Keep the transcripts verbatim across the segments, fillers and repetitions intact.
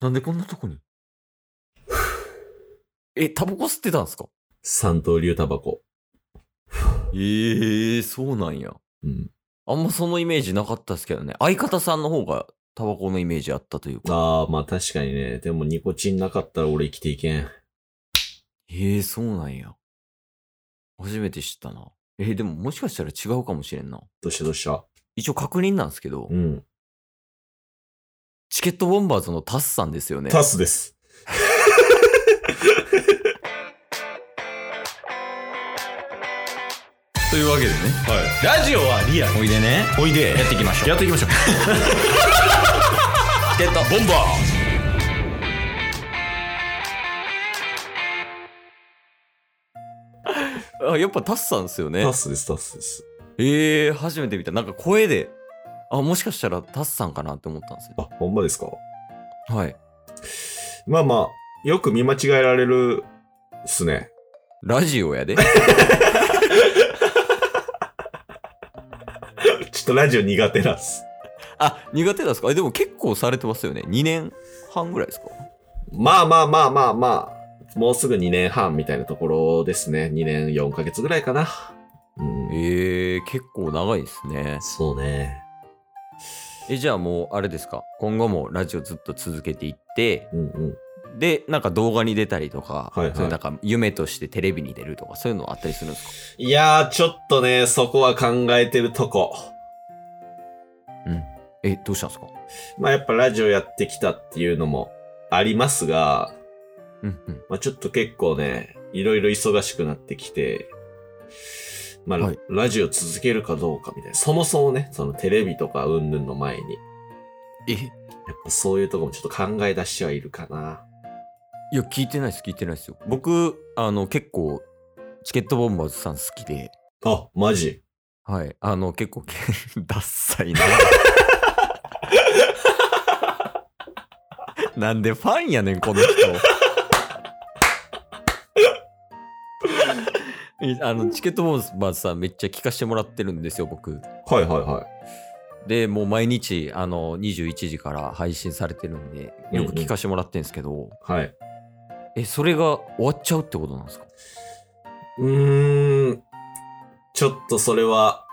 なんでこんなとこにえ、タバコ吸ってたんすか？ 三刀流タバコ。 ええー、そうなんや。 うん。 あんまそのイメージなかったですけどね。相方さんの方がタバコのイメージあったというか。 ああ、まあ確かにね。でもニコチンなかったら俺生きていけん。 ええー、そうなんや。初めて知ったな。えー、でももしかしたら違うかもしれんな。 どうしたどうした？ 一応確認なんですけど、 うん。 チケットボンバーズのタスさんですよね。 タスです。 というわけでね。 はい。ラジオはリアル。 おいでね。 おいで。 やっていきましょう。 やっていきましょう。 チケットボンバあ、やっぱタスさんですよー。 ねタ。スです、タスです。 ええー、初めて見た。なんか声で、あ、もしかしたらタスさんかなって思ったんですよ。 あ、ほんまですか？ はい。 まあまあ、よく見間違えられるっすね。 ラジオやで。 ちょっとラジオ苦手なんす。 あ、苦手なんですか？え、でも結構されてますよね。にねんはんぐらいですか？ まあまあまあまあまあ、もうすぐにねんはんみたいなところですね。にねんよんかげつぐらいかな。うん。 ええー、結構長いですね。 そうね。 え、じゃあもう、あれですか？今後もラジオずっと続けていって、 うんうん。 で、なんか動画に出たりとか、 はいはいそういうなんか夢としてテレビに出るとか、そういうのあったりするんですか？ いやー、ちょっとね、そこは考えてるとこ。 うん。え、どうしたんですか？ まあやっぱラジオやってきたっていうのもありますが、 うんうん。 まあちょっと結構ね、いろいろ忙しくなってきて、まあ、 はいラジオ続けるかどうかみたいな。そもそもね、そのテレビとかうんぬんの前に、 え、 やっぱそういうとこもちょっと考え出してはいるかな。 いや、聞いてないです、聞いてないですよ。僕、あの、結構、チケットボンバーズさん好きで、 あ、マジ。 はい、あの、結構、ダッサいな。なんでファンやねん、この人。えあの、チケットボンバーズさんめっちゃ聞かせてもらってるんですよ、僕。 はいはいはい。 で、もう毎日、あの、にじゅういちじから配信されてるんで、よく聞かせてもらってるんですけど、 はい。 え、それが終わっちゃうってことなんですか？ うーん、ちょっとそれは、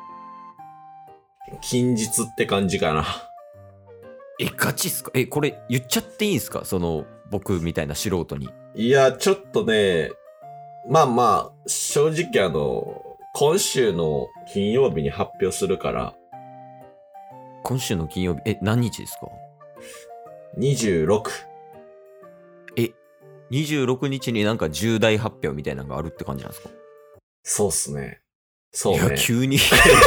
近日って感じかな。 え、ガチっすか？え、これ言っちゃっていいんすか？その、僕みたいな素人に。 いや、ちょっとね、まあまあ、正直あの、今週の金曜日に発表するから、 今週の金曜日、え、何日ですか？ にじゅうろく。 え、にじゅうろくにちになんか重大発表みたいなのがあるって感じなんですか？ そうっすね。そういや、 ね。 急に。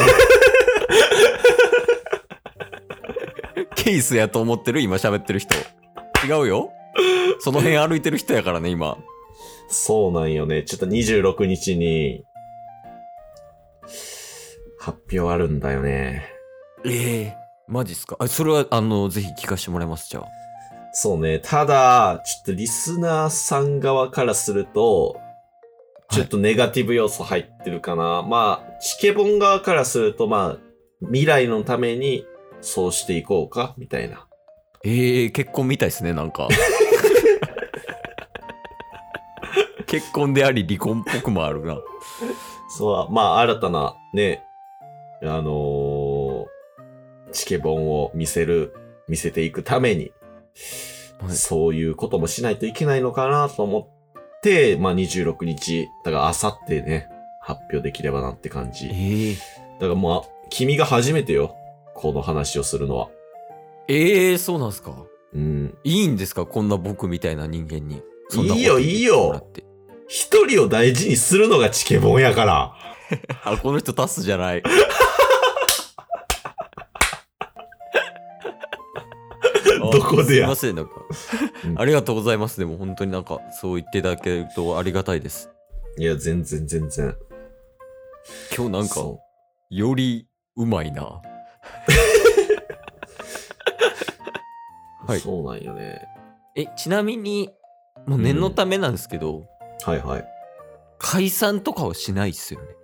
ケースやと思ってる今喋ってる人。違うよ。その辺歩いてる人やからね、今。 そうなんよね。ちょっとにじゅうろくにちに、発表あるんだよね。 ええー、マジっすか？あ、それは、あの、ぜひ聞かせてもらいます、じゃあ。 そうね。ただ、ちょっとリスナーさん側からすると、ちょっとネガティブ要素入ってるかな。はい、まあ、チケボン側からすると、まあ、未来のためにそうしていこうか、みたいな。 ええー、結婚みたいですね、なんか。結婚であり、離婚っぽくもあるな。 そう、まあ、新たな、ね、あのー、チケボンを見せる、見せていくために、はい、そういうこともしないといけないのかなと思って、まあにじゅうろくにち、だからあさってね、発表できればなって感じ。 えー、 だからまあ、君が初めてよ、この話をするのは。 ええー、そうなんすか？ うん。 いいんですか？こんな僕みたいな人間に。そんなこといいよ、いいよ。一人を大事にするのがチケボンやから。 あ、この人タスじゃない。 どこでや。 すいません、なんか、うん。ありがとうございます。でも本当になんか、そう言っていただけるとありがたいです。 いや、全然全然。 今日なんか、よりうまいな。 はい。そうなんよね。 え、ちなみに、もう念のためなんですけど、うん、 はいはい。 解散とかはしないっすよね。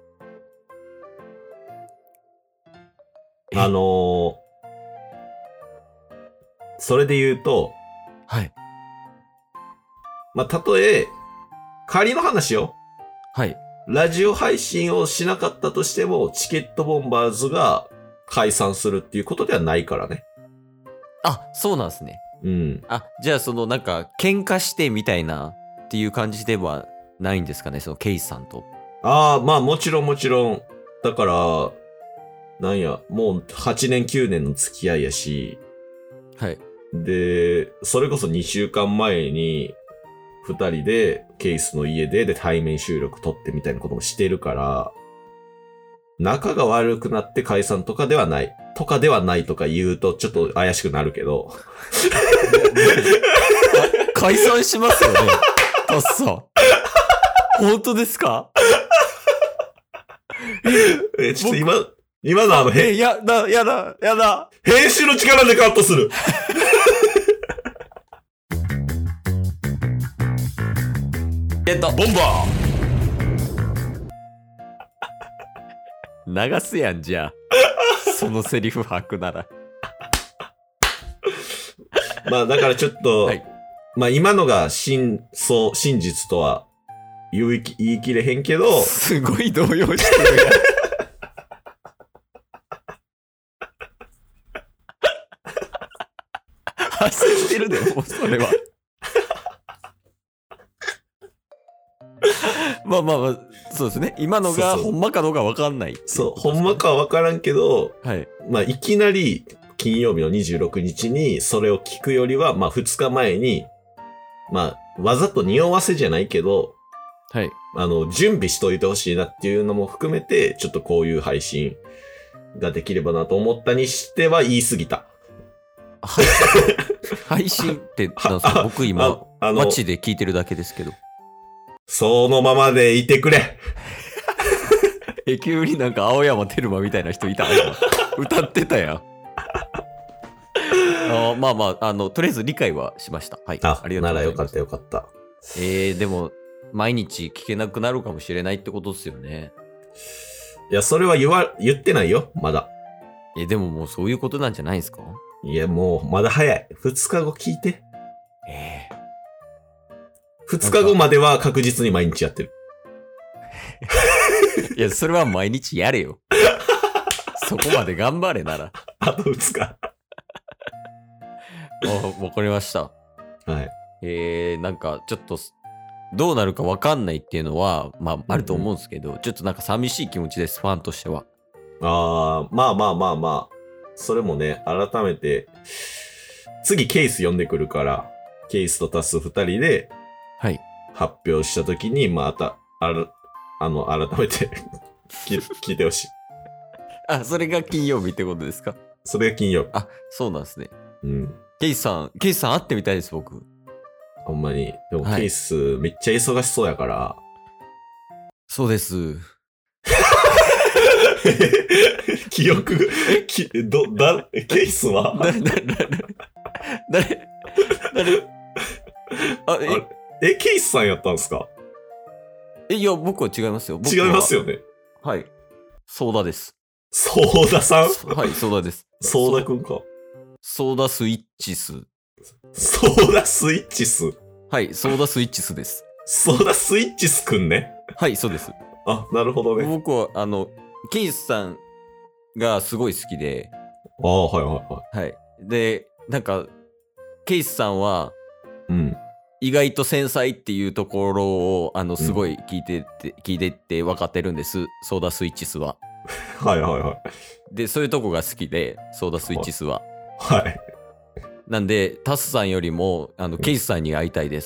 あのー、それで言うと、 はい。 まあ、たとえ、仮の話よ。 はい。 ラジオ配信をしなかったとしても、チケットボンバーズが解散するっていうことではないからね。 あ、そうなんですね。 うん。 あ、じゃあそのなんか喧嘩してみたいなっていう感じではないんですかね、そのケイスさんと。 ああ、まあもちろんもちろん。だから、なんや、もうはちねんきゅうねんの付き合いやし、 はい。 で、それこそにしゅうかんまえに、二人でケイスの家でで対面収録撮ってみたいなこともしてるから、仲が悪くなって解散とかではない。とかではないとか言うとちょっと怪しくなるけど。 解散しますよね。タスさん。本当ですか？ え、ちょっと今、今のあの、 え、やだ、やだ、やだ。 編集の力でカットする。 ゲットボンバー流すやんじゃあそのセリフ吐くならまあだからちょっと、 はい、 まあ今のが真相、真実とは言い言い切れへんけど、 すごい動揺してるやん焦ってるでもうそれはまあまあまあそうですね。今のがほんまかどうか分かんない。 そう、ほんまかは分からんけど、 はい。 まあいきなり金曜日のにじゅうろくにちにそれを聞くよりは、まあふつかまえに、まあわざと匂わせじゃないけど、 はい。 あの、準備しといてほしいなっていうのも含めて、ちょっとこういう配信ができればなと思ったにしては言い過ぎた。 はい、配信ってなんすか？僕今街で聞いてるだけですけど。 そのままでいてくれ。 え、急になんか青山テルマみたいな人いた歌ってたやん。あまあまあ、あの、とりあえず理解はしました。はい。 あ、ありがとうございます。ならよかったよかった。 えー、でも、毎日聞けなくなるかもしれないってことですよね。 いや、それは言わ、言ってないよ、まだ。 え、でももうそういうことなんじゃないですか？ いや、もう、まだ早い。二日後聞いて。 ええー。 二日後までは確実に毎日やってる。 いや、それは毎日やれよ。そこまで頑張れなら。 あと二日。 わかりました。 はい。 えー、なんかちょっと、どうなるかわかんないっていうのは、まあ、あると思うんですけど、うんうん、ちょっとなんか寂しい気持ちです、ファンとしては。 ああ、まあまあまあまあ。それもね、改めて、次ケース呼んでくるから、ケースとタス二人で、 はい。 発表したときに、また、ある、あの、改めて聞いてほしい。 あ、それが金曜日ってことですか？ それが金曜日。 あ、そうなんですね。 うん。 ケイスさん、ケイスさん会ってみたいです、僕。 ほんまに。でも、ケイス、めっちゃ忙しそうやから。 そうです。 記憶、き、ど、だ、ケイスは誰、誰、誰、誰、あ、 え、え、ケイスさんやったんすか？ え、いや、僕は違いますよ。 違いますよね。 はい。ソーダです。 ソーダさん？ はい、ソーダです。 ソーダくんか。 ソーダスイッチス。 ソーダスイッチス。 はい、ソーダスイッチスです。 ソーダスイッチスくんね。 はい、そうです。 あ、なるほどね。 僕は、あの、ケイスさんがすごい好きで。 ああ、はいはいはい。 はい。で、なんか、ケイスさんは、 うん。 意外と繊細っていうところを、あの、すごい聞いてって、うん、聞いてって分かってるんです。ソーダスイッチスは。 はいはいはい。 で、そういうとこが好きで、ソーダスイッチスは。 はい。 なんで、タスさんよりも、あの、ケイスさんに会いたいです。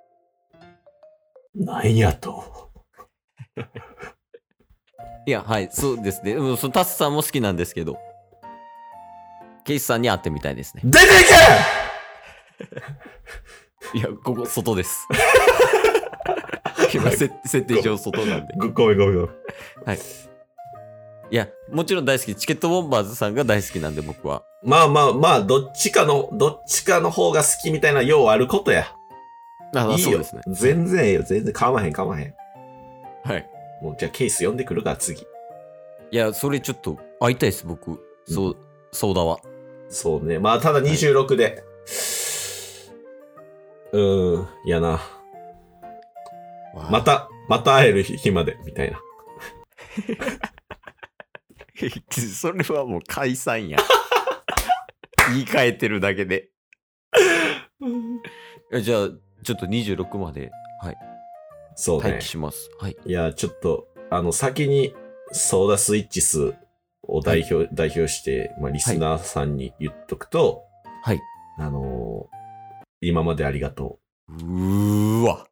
なんやと。 いや、はい、そうですね。そのタスさんも好きなんですけど、ケイスさんに会ってみたいですね。 出ていけいや、ここ、外です。今、はい、設定上外なんで。 ごめんごめんごめん。 はい。いや、もちろん大好き。チケットボンバーズさんが大好きなんで、僕は。 まあまあまあ、どっちかの、どっちかの方が好きみたいな、ようあることや。 ああ、そうですね。 全然ええよ。全然構わへん構わへん。 はい。 もう、じゃあケース呼んでくるから、次。 いや、それちょっと、会いたいです、僕。そう、うん、ソーダは。 そうね。まあ、ただにじゅうろくで。はい、 うーん、やな。また、また会える日まで、みたいな。 それはもう解散や。言い換えてるだけで。じゃあ、ちょっとにじゅうろくまで、はい。 そうね。 待機します。はい。 いや、ちょっと、あの、先に、ソーダスイッチスを代表、はい、代表して、まあ、リスナーさんに言っとくと、 はい。 あのー、今までありがとう。うーわ。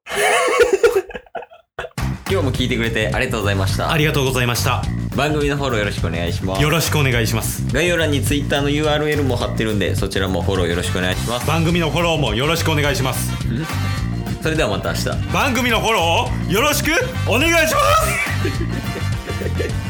今日も聞いてくれてありがとうございました。 ありがとうございました。 番組のフォローよろしくお願いします。 よろしくお願いします。 概要欄に Twitter の ユーアールエル も貼ってるんで、そちらもフォローよろしくお願いします。 番組のフォローもよろしくお願いします。 それではまた明日。 番組のフォローをよろしくお願いします。